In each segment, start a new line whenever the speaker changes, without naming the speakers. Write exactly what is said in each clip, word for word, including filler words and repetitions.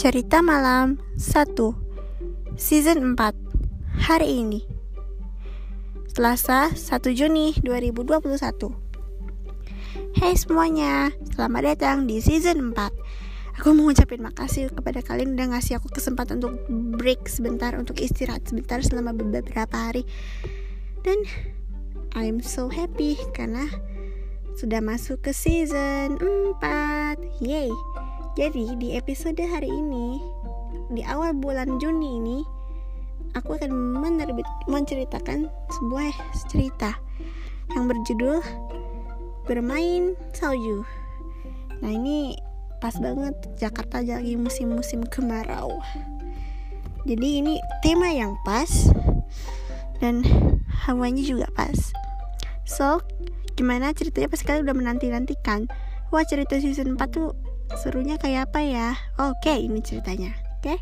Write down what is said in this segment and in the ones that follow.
Cerita Malam satu Season empat. Hari ini Selasa satu Juni dua ribu dua puluh satu. Hai semuanya, selamat datang di Season empat. Aku mau ngucapin makasih kepada kalian udah ngasih aku kesempatan untuk break sebentar, untuk istirahat sebentar selama beberapa hari. Dan I'm so happy karena sudah masuk ke season empat. Yay. Jadi di episode hari ini, di awal bulan Juni ini, aku akan menerbit, menceritakan sebuah cerita yang berjudul Bermain Salju. Nah ini pas banget, Jakarta lagi musim-musim kemarau. Jadi ini tema yang pas dan hawanya juga pas. So, gimana ceritanya? Pasti kalian udah menanti-nantikan. Wah, cerita season empat tuh serunya kayak apa ya? Oke, okay, ini ceritanya. Oke. Okay?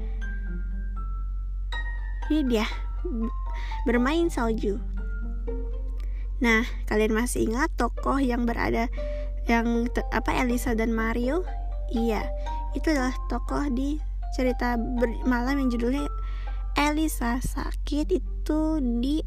Ini dia, Bermain Salju. Nah, kalian masih ingat tokoh yang berada yang te, apa Elisa dan Mario? Iya, itu adalah tokoh di cerita malam yang judulnya Elisa sakit, itu di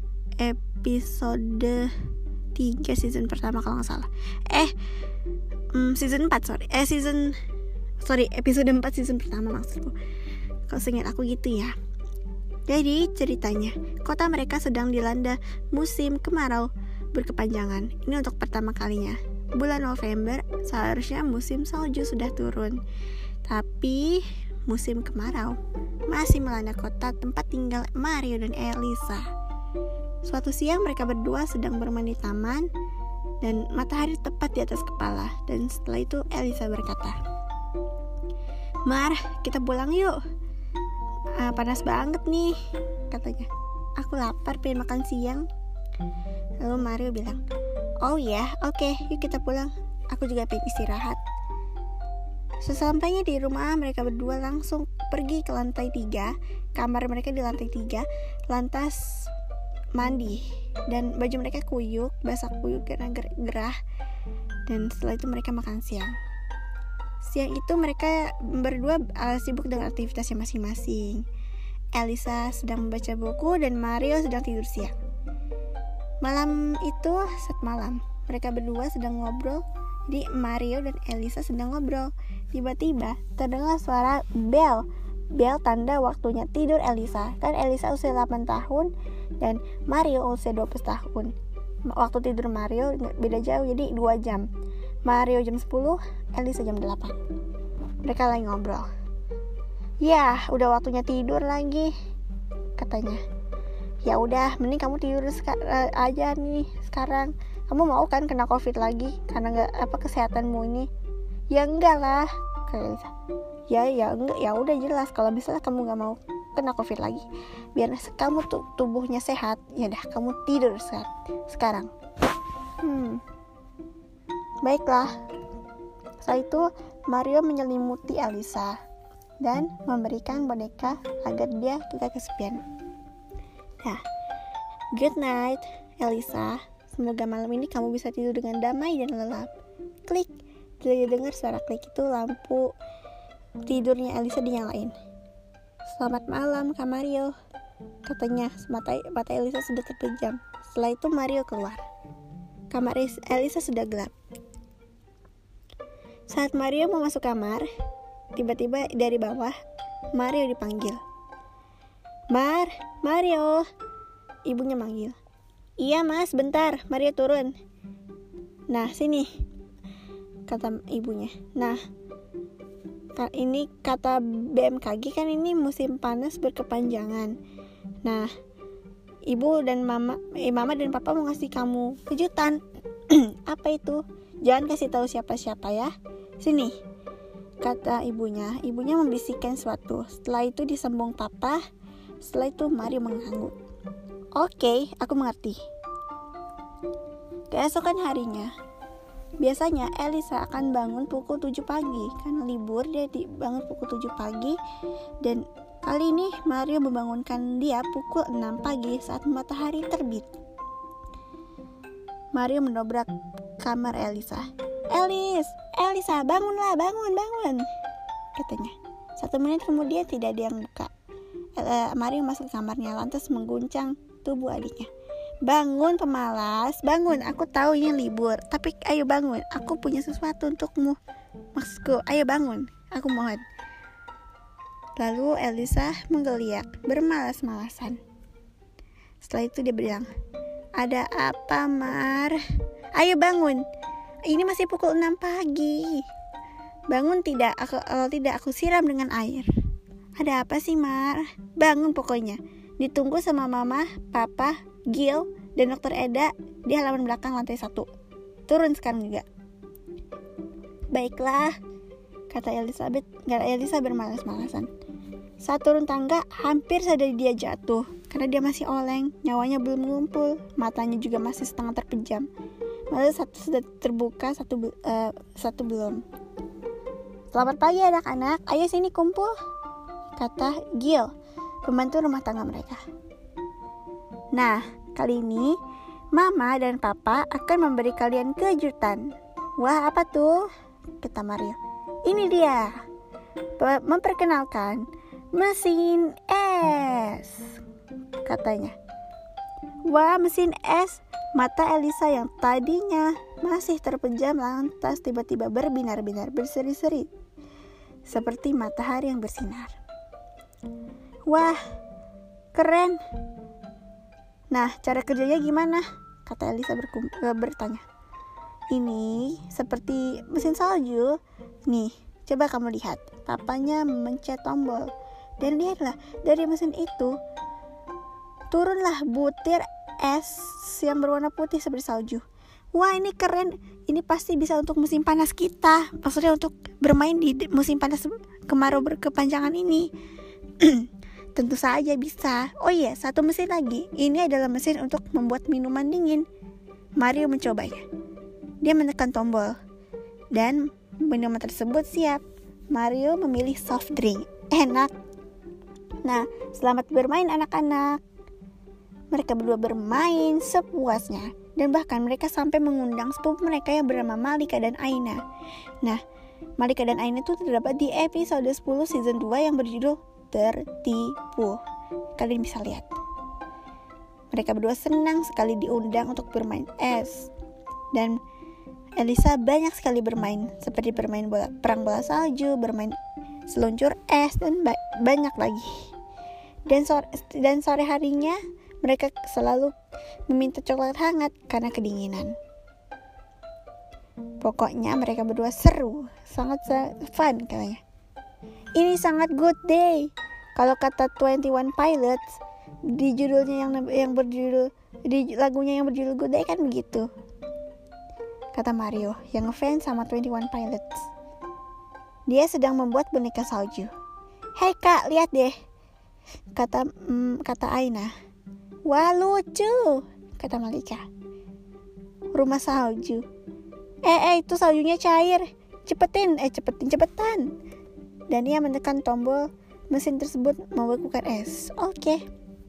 episode tiga season pertama kalau nggak salah. Eh, um, season empat sorry. Eh season sorry episode empat season pertama maksudku. Kalau seingat aku gitu ya. Jadi ceritanya, kota mereka sedang dilanda musim kemarau berkepanjangan. Ini untuk pertama kalinya. Bulan November seharusnya musim salju sudah turun, tapi musim kemarau masih melanda kota tempat tinggal Mario dan Elisa. Suatu siang mereka berdua sedang bermain di taman dan matahari tepat di atas kepala. Dan setelah itu Elisa berkata, "Mar, kita pulang yuk. Ah, panas banget nih," katanya. "Aku lapar, pengen makan siang." Lalu Mario bilang, "Oh ya, oke, okay, yuk kita pulang. Aku juga pengen istirahat." Sesampainya di rumah, mereka berdua langsung pergi ke lantai tiga. Kamar mereka di lantai tiga, lantas mandi, dan baju mereka kuyuk, basah kuyuk karena gerah. Dan setelah itu mereka makan siang. Siang itu mereka berdua uh, sibuk dengan aktivitasnya masing-masing. Elisa sedang membaca buku dan Mario sedang tidur siang. Malam itu saat malam, mereka berdua sedang ngobrol. Jadi Mario dan Elisa sedang ngobrol. Tiba-tiba terdengar suara bel. Bel tanda waktunya tidur Elisa. Kan Elisa usia delapan tahun dan Mario usia dua belas tahun. Waktu tidur Mario beda jauh, jadi dua jam. Mario jam sepuluh, Elisa jam delapan. Mereka lagi ngobrol. "Ya, udah waktunya tidur lagi," katanya. "Ya udah, mending kamu tidur seka- aja nih sekarang. Kamu mau kan kena covid lagi karena nggak apa kesehatanmu ini?" "Ya enggak lah," kata Elisa. Ya ya enggak, ya udah jelas kalau misalnya kamu nggak mau kena covid lagi, biar kamu tuh tubuhnya sehat, ya dah kamu tidur saat sekarang. Hmm, baiklah. Setelah itu Mario menyelimuti Elisa dan memberikan boneka agar dia tidak kesepian. Nah, good night Elisa. Semoga malam ini kamu bisa tidur dengan damai dan lelap. Klik. Jadi dengar suara klik itu, lampu tidurnya Elisa dinyalain. "Selamat malam Kak Mario," katanya. Mata, mata Elisa sudah terpejam. Setelah itu Mario keluar. Kamar Elisa sudah gelap. Saat Mario mau masuk kamar, tiba-tiba dari bawah Mario dipanggil. "Mar, Mario." Ibunya manggil. "Iya mas, bentar, Mario turun." "Nah sini," kata ibunya. Nah, ini kata B M K G kan ini musim panas berkepanjangan. Nah, ibu dan mama, eh, mama dan papa mau ngasih kamu kejutan. "Apa itu? Jangan kasih tahu siapa-siapa ya. Sini," kata ibunya. Ibunya membisikkan sesuatu. Setelah itu disambung papa. Setelah itu Mario mengangguk. "Oke, aku mengerti." Keesokan harinya, biasanya Elisa akan bangun pukul tujuh pagi. Karena libur dia bangun pukul tujuh pagi. Dan kali ini Mario membangunkan dia pukul enam pagi saat matahari terbit. Mario mendobrak kamar Elisa. "Elis, Elisa, bangunlah, bangun, bangun," katanya. Satu menit kemudian tidak ada yang buka. Mario masuk ke kamarnya lantas mengguncang tubuh adiknya. Bangun pemalas, bangun. Aku tahu ini libur, tapi ayo bangun. Aku punya sesuatu untukmu. Maksudku, ayo bangun. Aku mohon. Lalu Elisa menggeliat, bermalas-malasan. Setelah itu dia bilang, ada apa, Mar? Ayo bangun. Ini masih pukul enam pagi. Bangun tidak? Aku, kalau tidak aku siram dengan air. Ada apa sih, Mar? Bangun pokoknya. Ditunggu sama Mama, Papa, Gil, dan Dokter Eda di halaman belakang lantai satu. Turun sekarang juga. Baiklah, kata Elizabeth. Kata Elisa bermalas-malasan. Saat turun tangga, hampir saja dia jatuh karena dia masih oleng, nyawanya belum mengumpul, matanya juga masih setengah terpejam. Lalu satu sudah terbuka, satu uh, satu belum. Selamat pagi anak-anak, ayo sini kumpul, kata Gil, pembantu rumah tangga mereka. Nah, kali ini Mama dan Papa akan memberi kalian kejutan. Wah, apa tuh? Kata Mario. Ini dia. Memperkenalkan mesin es, katanya. Wah, mesin es. Mata Elisa yang tadinya masih terpejam lantas tiba-tiba berbinar-binar, berseri-seri seperti matahari yang bersinar. Wah, keren. Nah, cara kerjanya gimana? Kata Elisa berkum- bertanya. Ini seperti mesin salju. Nih, coba kamu lihat. Papanya memencet tombol. Dan lihatlah, dari mesin itu turunlah butir es yang berwarna putih seperti salju. Wah, ini keren. Ini pasti bisa untuk musim panas kita. Maksudnya untuk bermain di musim panas kemarau berkepanjangan ini. Tentu saja bisa. Oh iya, satu mesin lagi. Ini adalah mesin untuk membuat minuman dingin. Mario mencobanya. Dia menekan tombol. Dan minuman tersebut siap. Mario memilih soft drink. Enak. Nah, selamat bermain anak-anak. Mereka berdua bermain sepuasnya. Dan bahkan mereka sampai mengundang sepupu mereka yang bernama Malika dan Aina. Nah, Malika dan Aina itu terdapat di episode sepuluh season dua yang berjudul Tertipu. Kalian bisa lihat. Mereka berdua senang sekali diundang untuk bermain es. Dan Elisa banyak sekali bermain, seperti bermain bola, perang bola salju, bermain seluncur es, dan ba- banyak lagi. Dan sore, dan sore harinya mereka selalu meminta coklat hangat karena kedinginan. Pokoknya mereka berdua seru, sangat fun katanya. Ini sangat good day. Kalau kata twenty one Pilots di judulnya yang yang berjudul di lagunya yang berjudul Good Day kan begitu. Kata Mario yang ngefans sama twenty one Pilots. Dia sedang membuat boneka salju. Hei kak, lihat deh. Kata mm, kata Aina. Wah, lucu, kata Malika. Rumah salju. Eh, eh itu saljunya cair. Cepetin, eh cepetin, cepetan. Dan ia menekan tombol mesin tersebut membekukan es. Oke. Okay.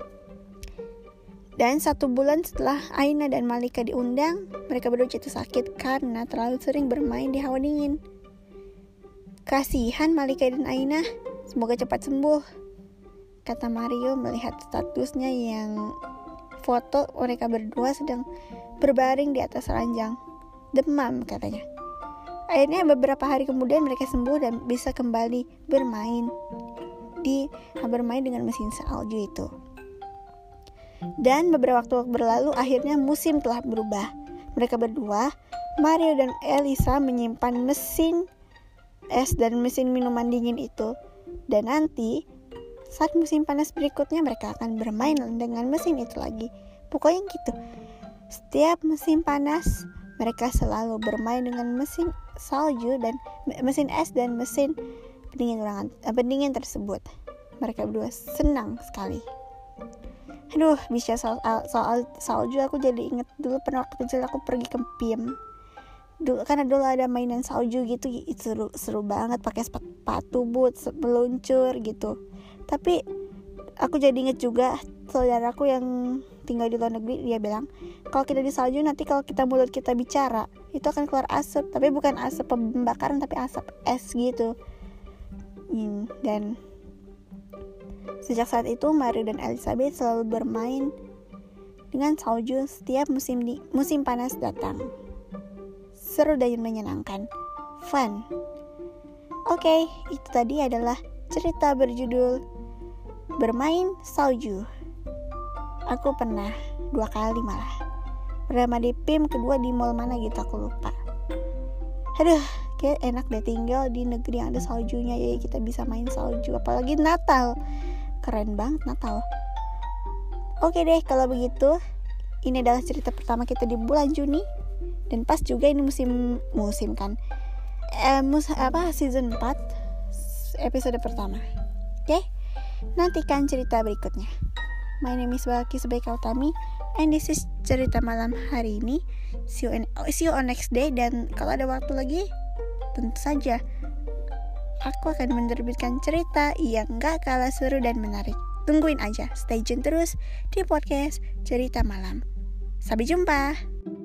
Dan satu bulan setelah Aina dan Malika diundang, mereka berdua jatuh sakit karena terlalu sering bermain di hawa dingin. Kasihan Malika dan Aina, semoga cepat sembuh, kata Mario melihat statusnya yang foto mereka berdua sedang berbaring di atas ranjang. Demam katanya. Akhirnya beberapa hari kemudian mereka sembuh dan bisa kembali bermain di bermain dengan mesin salju itu. Dan beberapa waktu berlalu, akhirnya musim telah berubah. Mereka berdua, Mario dan Elisa, menyimpan mesin es dan mesin minuman dingin itu. Dan nanti saat musim panas berikutnya mereka akan bermain dengan mesin itu lagi. Pokoknya gitu. Setiap musim panas mereka selalu bermain dengan mesin salju dan mesin es dan mesin pendingin ruangan, eh, pendingin tersebut. Mereka berdua senang sekali. Aduh, bisa soal, soal salju aku jadi inget dulu pernah waktu kecil aku pergi ke P I M. Dulu karena dulu ada mainan salju gitu, itu seru, seru banget pakai sepatu boot, meluncur gitu. Tapi aku jadi inget juga saudaraku yang tinggal di luar negeri, dia bilang kalau kita di salju nanti kalau kita mulut kita bicara itu akan keluar asap, tapi bukan asap pembakaran tapi asap es gitu. Dan sejak saat itu Mario dan Elizabeth selalu bermain dengan salju setiap musim di, musim panas datang. Seru dan menyenangkan. Fun. Oke, okay, itu tadi adalah cerita berjudul Bermain Salju. Aku pernah dua kali malah. Pertama di P I M, kedua di mall mana gitu aku lupa. Aduh, kayak enak deh tinggal di negeri yang ada saljunya, ya kita bisa main salju. Apalagi Natal, keren banget Natal. Oke deh, kalau begitu ini adalah cerita pertama kita di bulan Juni. Dan pas juga ini musim musim kan eh, mus, apa season empat episode pertama. Oke, nantikan cerita berikutnya. My name is Balki Sebaika Utami, and this is cerita malam hari ini. See you, in, see you on next day. Dan kalau ada waktu lagi, tentu saja aku akan menerbitkan cerita yang gak kalah seru dan menarik. Tungguin aja, stay tune terus di podcast Cerita Malam. Sampai jumpa.